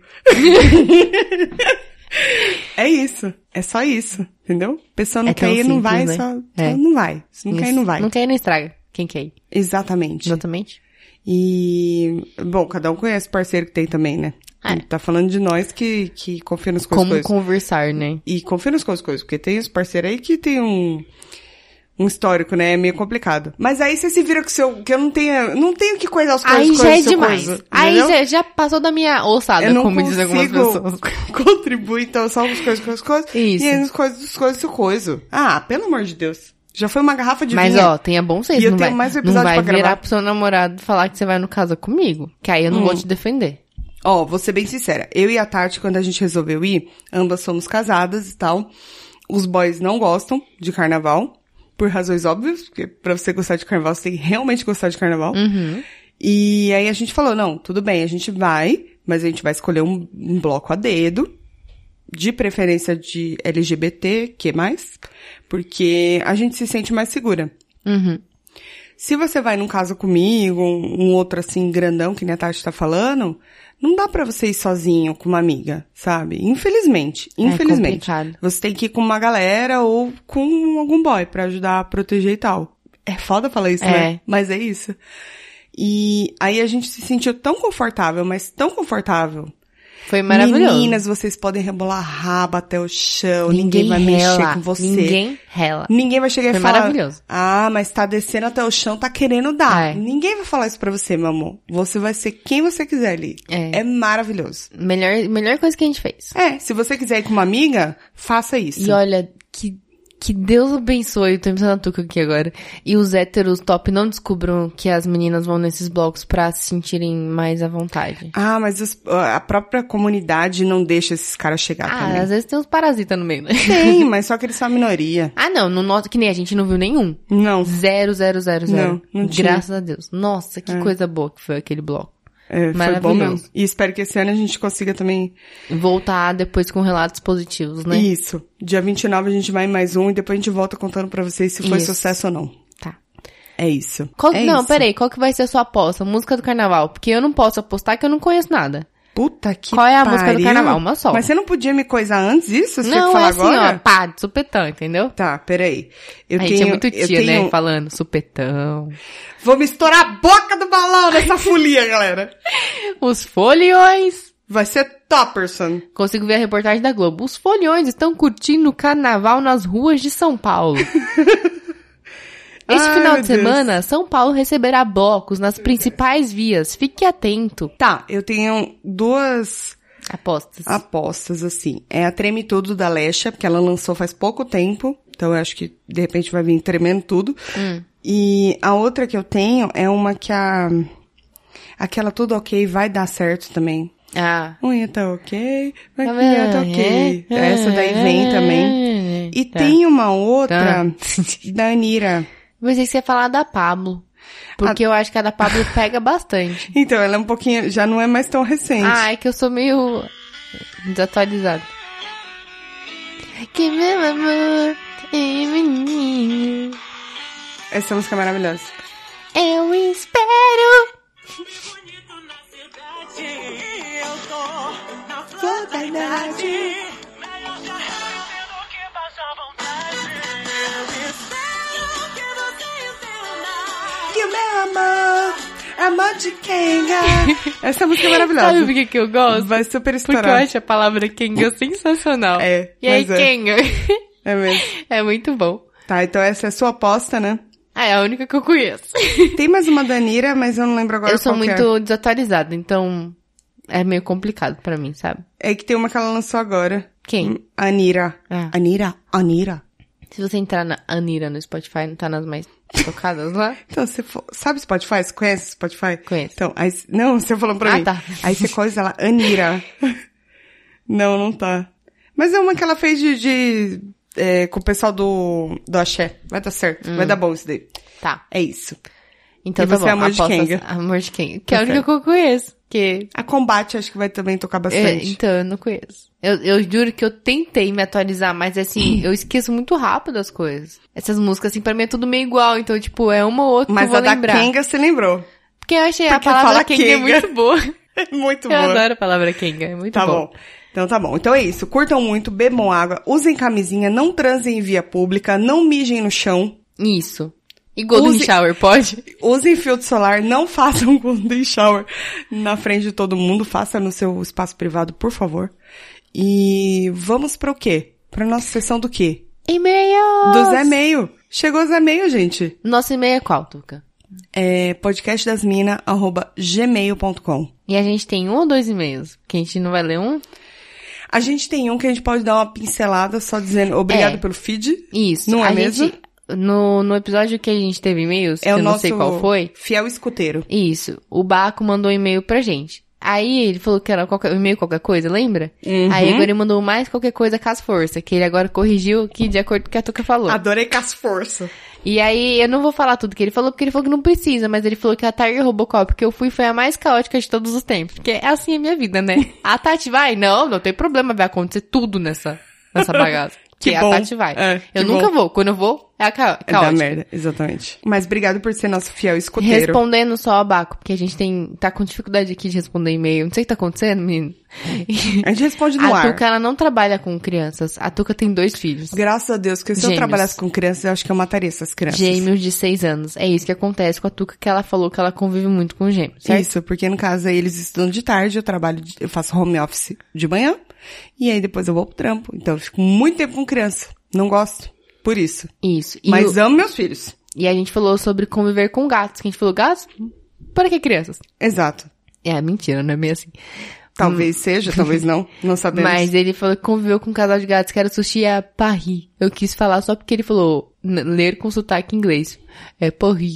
É isso. É só isso, entendeu? Pessoa não quer ir, não vai, né? Só não vai. Se não quer ir, não vai. Não quer ir, não estraga. Quem quer ir? Exatamente. E, bom, cada um conhece o parceiro que tem também, né? Tá falando de nós que confia nas coisas. Como conversar, né? E confia nas coisas, porque tem os parceiros aí que tem um histórico, né? É meio complicado. Mas aí você se vira com o seu... Que eu não tenho que coisar as coisas. Aí já é demais. Aí já passou da minha ossada, como dizem algumas pessoas. Contribuir, então, só as coisas. Isso. E aí as coisas, seu coisa. Ah, pelo amor de Deus. Já foi uma garrafa de vinho. Mas, ó, tenha bom senso. E eu tenho mais um episódio pra gravar. Não vai virar pro seu namorado falar que você vai no casa comigo. Que aí eu não vou te defender. Ó, vou ser bem sincera. Eu e a Tati, quando a gente resolveu ir, ambas somos casadas e tal. Os boys não gostam de carnaval, por razões óbvias, porque pra você gostar de carnaval, você tem que realmente gostar de carnaval. E aí a gente falou, não, tudo bem, a gente vai, mas a gente vai escolher um bloco a dedo, de preferência de LGBT, que mais? Porque a gente se sente mais segura. Se você vai num caso comigo, um outro assim, grandão, que nem a Tati tá falando, não dá pra você ir sozinho com uma amiga, sabe? Infelizmente. Complicado. Você tem que ir com uma galera ou com algum boy pra ajudar a proteger e tal. É foda falar isso, né? Mas é isso. E aí a gente se sentiu tão confortável, mas tão confortável. Foi maravilhoso. Meninas, vocês podem rebolar a raba até o chão, ninguém vai mexer com você. Ninguém rela. Ninguém vai chegar e falar, maravilhoso. Ah, mas tá descendo até o chão, tá querendo dar. Ninguém vai falar isso pra você, meu amor. Você vai ser quem você quiser ali. É maravilhoso. Melhor coisa que a gente fez. Se você quiser ir com uma amiga, faça isso. E olha, que Deus abençoe, eu tô pensando na Tuca aqui agora. E os héteros top não descubram que as meninas vão nesses blocos pra se sentirem mais à vontade. Ah, mas a própria comunidade não deixa esses caras chegar também. Às vezes tem uns parasitas no meio, né? Tem, mas só que eles são a minoria. Não, no nosso, que nem a gente não viu nenhum. Não. Zero. Não tinha. Graças a Deus. Nossa, que coisa boa que foi aquele bloco. Foi bom mesmo. E espero que esse ano a gente consiga também... voltar depois com relatos positivos, né? Isso. Dia 29 a gente vai em mais um e depois a gente volta contando pra vocês se foi sucesso ou não. Tá. É isso. Peraí, qual que vai ser a sua aposta? Música do carnaval. Porque eu não posso apostar que eu não conheço nada. Puta que Qual é a música do carnaval? Uma só. Mas você não podia me coisar antes disso? Você tinha que Não, falar assim, agora? ó, pá, de supetão, entendeu? Tá, peraí. A gente é muito tia, né? Falando, supetão. Vou me estourar a boca do balão nessa folia, galera. Os foliões. Vai ser Topperson. Consigo ver a reportagem da Globo. Os foliões estão curtindo o carnaval nas ruas de São Paulo. Este final de semana, São Paulo receberá blocos nas principais vias. Fique atento. Tá, eu tenho duas apostas, assim. É a Treme Tudo da Lesha, porque ela lançou faz pouco tempo. Então eu acho que, de repente, vai vir tremendo tudo. E a outra que eu tenho é uma que aquela Tudo Ok vai dar certo também. Unha tá ok, vai tá ok. Essa daí vem também. E tem uma outra da Anira. Pensei que você ia falar da Pablo. Porque eu acho que a da Pablo pega bastante. Então, ela é um pouquinho... Já não é mais tão recente. É que eu sou meio desatualizada. Que meu amor é menino. Essa música é maravilhosa. Eu espero sua verdade. Melhor se arrepender do que passar vontade. Eu espero que você entenda. Que o meu amor, amor de Kenga. Essa música é maravilhosa. Sabe por que eu gosto? Vai super Porque estourar. eu acho a palavra Kenga sensacional. É, E aí, mas é. Kenga? É mesmo. É muito bom. Tá, então essa é a sua aposta, né? Ah, é a única que eu conheço. Tem mais uma da Anira, mas eu não lembro agora Eu sou qual que muito desatualizada, então é meio complicado pra mim, sabe? É que tem uma que ela lançou agora. Quem? Anira. Ah. Anira. Se você entrar na Anira no Spotify, não tá nas mais tocadas lá? Então, você sabe Spotify? Você conhece Spotify? Conheço. Então, aí, não, você falando pra mim. Tá. Aí você coisa lá, Anira. Não tá. Mas é uma que ela fez com o pessoal do Axé. Vai dar certo, vai dar bom isso daí. Tá. É isso. Então E tá você bom. é Amor de apostas- Kenga. Amor de Kenga. Que é a Tá única certo. que eu conheço. Que... A Combate acho que vai também tocar bastante. então, eu não conheço. Eu juro que eu tentei me atualizar, mas assim, eu esqueço muito rápido as coisas. Essas músicas, assim, pra mim é tudo meio igual. Então, tipo, é uma ou outra Mas que eu a vou da lembrar. Kenga você lembrou. Porque eu achei Porque a palavra fala Kenga é Kenga. muito boa. É muito Eu boa. adoro a palavra Kenga, é muito Tá bom. bom. Então tá bom. Então é isso. Curtam muito, bebam água, usem camisinha, não transem em via pública, não mijem no chão, Isso. E Golden Use- Shower, pode? usem filtro solar, não façam golden shower na frente de todo mundo, faça no seu espaço privado, por favor. E vamos pra o quê? Pra nossa sessão do quê? E-mail! Do Zé Meio. Chegou o Zé Meio, gente. Nosso e-mail é qual, Tuca? É podcastdasmina@gmail.com. E a gente tem um ou dois e-mails? Que a gente não vai ler um? A gente tem um que a gente pode dar uma pincelada só dizendo obrigado É. pelo feed. Isso. Não é a mesmo? Gente, no episódio que a gente teve e-mails, que É o eu nosso não sei qual foi. fiel escuteiro. Isso. O Baco mandou um e-mail pra gente. Aí ele falou que era um e-mail qualquer coisa, lembra? Uhum. Aí agora ele mandou mais qualquer coisa com as forças, que ele agora corrigiu que de acordo com o que a Tuca falou. Adorei com as forças. E aí, eu não vou falar tudo que ele falou, porque ele falou que não precisa, mas ele falou que a Tiger Robocop que eu fui foi a mais caótica de todos os tempos. Porque é assim a minha vida, né? A Tati vai? Não tem problema, vai acontecer tudo nessa bagaça. Que Porque bom. a Tati vai. É, eu que nunca bom. vou. Quando eu vou, é a caótica. É da merda, exatamente. Mas obrigado por ser nosso fiel escuteiro. Respondendo só a Baco, porque a gente tá com dificuldade aqui de responder e-mail. Não sei o que tá acontecendo, menino. A gente responde no A ar. Tuca, ela não trabalha com crianças. A Tuca tem 2 filhos. Graças a Deus, porque se eu Gêmeos. trabalhasse com crianças, eu acho que eu mataria essas crianças. Gêmeos de 6 anos. É isso que acontece com a Tuca, que ela falou que ela convive muito com gêmeos, certo? Isso, porque no caso aí eles estudam de tarde, eu faço home office de manhã, e aí depois eu vou pro trampo. Então eu fico muito tempo com criança. Não gosto. Por isso. Isso. Mas amo meus filhos. E a gente falou sobre conviver com gatos. Que a gente falou, gatos? Para que crianças? Exato. É, mentira, não é meio assim. Talvez seja, talvez não. Não sabemos. Mas ele falou que conviveu com um casal de gatos que era sushi a Paris. Eu quis falar só porque ele falou ler com sotaque inglês. É Paris.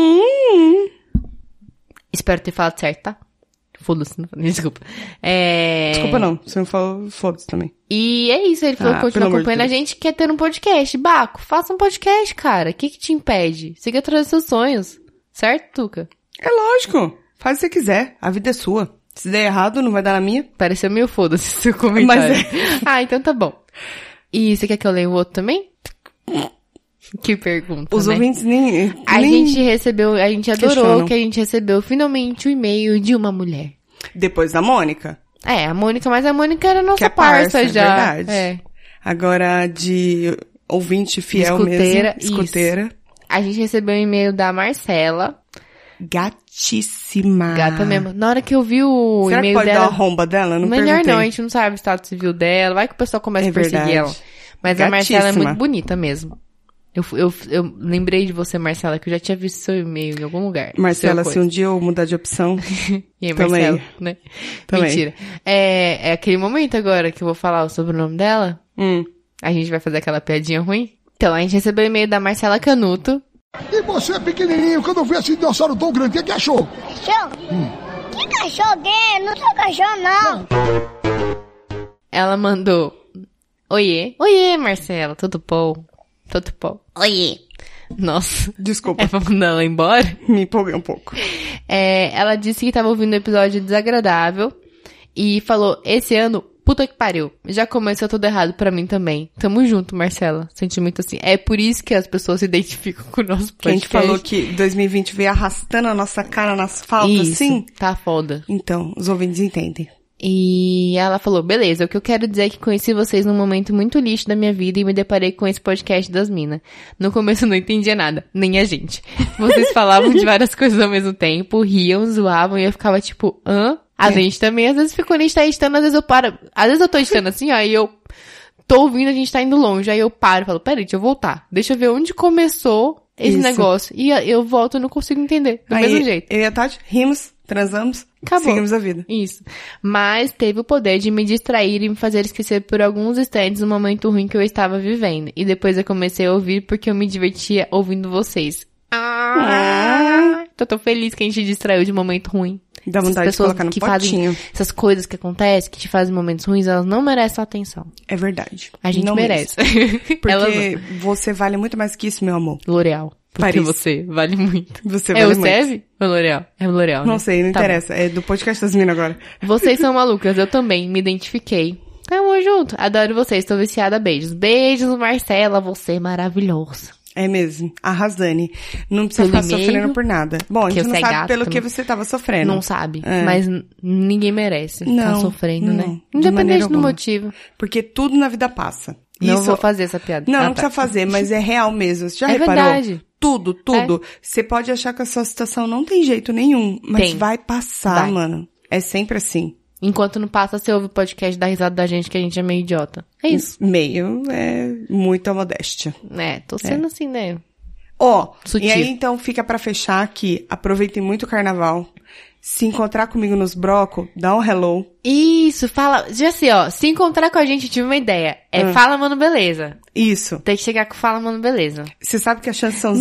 Espero ter falado certo, tá? Foda-se, não falei, desculpa. Desculpa não, você não falou, foda-se também. E é isso, ele falou que pelo continua amor de acompanhando a Deus. gente, quer ter um podcast. Baco, faça um podcast, cara. O que te impede? Você quer trazer seus sonhos. Certo, Tuca? É lógico. Faz o que você quiser. A vida é sua. Se der errado, não vai dar na minha. Pareceu meio foda-se seu comentário. Mas Ah, então tá bom. E você quer que eu leia o outro também? Que pergunta, Os né? ouvintes nem A gente recebeu, a gente adorou questionam. que a gente recebeu finalmente o e-mail de uma mulher. Depois da Mônica. É, a Mônica, mas a Mônica era nossa Que é parça, já. verdade. É. Agora de ouvinte fiel Escuteira, mesmo. Escuteira. A gente recebeu um e-mail da Marcela. Gatíssima. Gata mesmo. Na hora que eu vi o Será que e-mail pode dela... dar uma romba dela? Não Melhor perguntei. não, a gente não sabe o estado civil dela. Vai que o pessoal começa É a perseguir verdade. ela. Mas a Marcela é Gatíssima. muito bonita mesmo. Eu lembrei de você, Marcela, que eu já tinha visto seu e-mail em algum lugar. Marcela, Seu se um dia eu mudar de opção... E aí, Também. Marcela, né? Também. Mentira. É aquele momento agora que eu vou falar o sobrenome dela. A gente vai fazer aquela piadinha ruim. Então, a gente recebeu o e-mail da Marcela Canuto. E você, pequenininho, quando eu vi esse dinossauro tão grande, o que achou? Cachorro? Que cachorro que é? Não sou cachorro, não. Ela mandou... Oiê. Oiê, Marcela. Tudo bom? Tudo bom. Oiê. Nossa. Desculpa, É pra mandar ela embora? me empolguei um pouco. Ela disse que tava ouvindo o episódio Desagradável e falou, esse ano, puta que pariu, já começou tudo errado pra mim também. Tamo junto, Marcela. Sentimento assim. É por isso que as pessoas se identificam com o nosso Que a podcast. gente falou que 2020 veio arrastando a nossa cara no asfalto, Isso, assim. tá foda. Então, os ouvintes entendem. E ela falou, beleza, o que eu quero dizer é que conheci vocês num momento muito lixo da minha vida e me deparei com esse podcast das minas. No começo eu não entendia nada, nem a gente. Vocês falavam de várias coisas ao mesmo tempo, riam, zoavam e eu ficava tipo, hã? A gente também, às vezes fica quando a gente tá editando, às vezes eu paro. Às vezes eu tô editando assim, ó, e eu tô ouvindo, a gente tá indo longe, aí eu paro e falo, peraí, deixa eu voltar. Deixa eu ver onde começou esse negócio. E eu volto e não consigo entender, do mesmo jeito. Eu e a Tati rimos, transamos, acabou. Seguimos a vida. Isso. Mas teve o poder de me distrair e me fazer esquecer por alguns instantes o momento ruim que eu estava vivendo. E depois eu comecei a ouvir porque eu me divertia ouvindo vocês. Tô tão feliz que a gente distraiu de momento ruim. Dá vontade de colocar no que potinho. Fazem essas coisas que acontecem, que te fazem momentos ruins, elas não merecem a atenção. É verdade. A gente não merece. Porque você vale muito mais que isso, meu amor. L'Oréal. Porque você vale muito. Você vale muito. É o Seve ou L'Oréal? É o L'Oréal, Não né? sei, não interessa. É do podcast das minas agora. Vocês são malucas, eu também me identifiquei. Tamo junto. Adoro vocês, tô viciada. Beijos. Beijos, Marcela. Você é maravilhosa. É mesmo. Arrasane. Não precisa ficar sofrendo por nada. Bom, a gente não sabe pelo que você tava sofrendo. Não sabe. Mas ninguém merece ficar sofrendo, né? Independente do motivo. Porque tudo na vida passa. Não vou fazer essa piada. Não precisa fazer, mas é real mesmo. Você já reparou? Verdade. Tudo. Você pode achar que a sua situação não tem jeito nenhum, mas vai passar, mano. É sempre assim. Enquanto não passa, você ouve o podcast da risada da gente, que a gente é meio idiota. É isso. Meio, muita modéstia. Tô sendo assim, né? E aí então fica pra fechar aqui. Aproveitem muito o carnaval. Se encontrar comigo nos brocos, dá um hello. Isso, fala. Já assim, se encontrar com a gente, tive uma ideia. Fala, mano, beleza. Isso. Tem que chegar com fala, mano, beleza. Você sabe que as chances são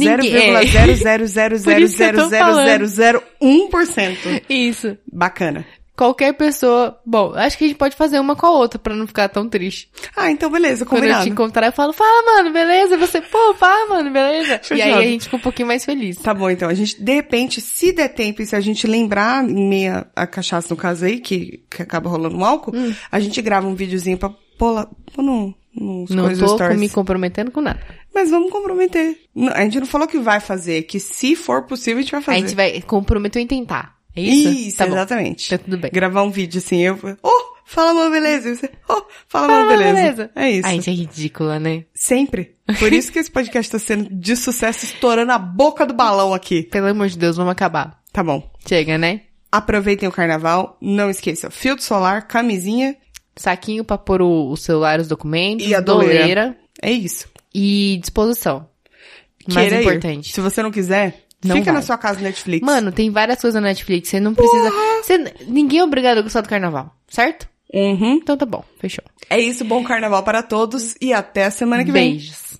0,000000001%. Isso. Bacana. Qualquer pessoa... Bom, acho que a gente pode fazer uma com a outra pra não ficar tão triste. Então beleza, combinado. Quando eu te encontrar, eu falo, fala, mano, beleza? Você, fala, mano, beleza? Fechado. E aí a gente fica um pouquinho mais feliz. Tá bom, então. A gente, de repente, se der tempo e se a gente lembrar, em meia a cachaça no caso aí, que acaba rolando um álcool, a gente grava um videozinho pra pôr nos Não tô me comprometendo com nada. Mas vamos comprometer. A gente não falou que vai fazer, que se for possível a gente vai fazer. A gente vai comprometer em tentar. É isso? Isso, tá exatamente. Tá tudo bem. Gravar um vídeo assim, fala, mano, beleza. E você, fala, mano, beleza. É isso. A gente é ridícula, né? Sempre. Por isso que esse podcast tá sendo de sucesso, estourando a boca do balão aqui. Pelo amor de Deus, vamos acabar. Tá bom. Chega, né? Aproveitem o carnaval. Não esqueçam. Filtro solar, camisinha. Saquinho pra pôr o celular, os documentos. E a doleira. É isso. E disposição. Mais importante. Se você não quiser... Fica na sua casa Netflix. Mano, tem várias coisas na Netflix. Você não precisa... Ninguém é obrigado a gostar do carnaval, certo? Uhum. Então tá bom, fechou. É isso, bom carnaval para todos e até a semana que vem. Beijos.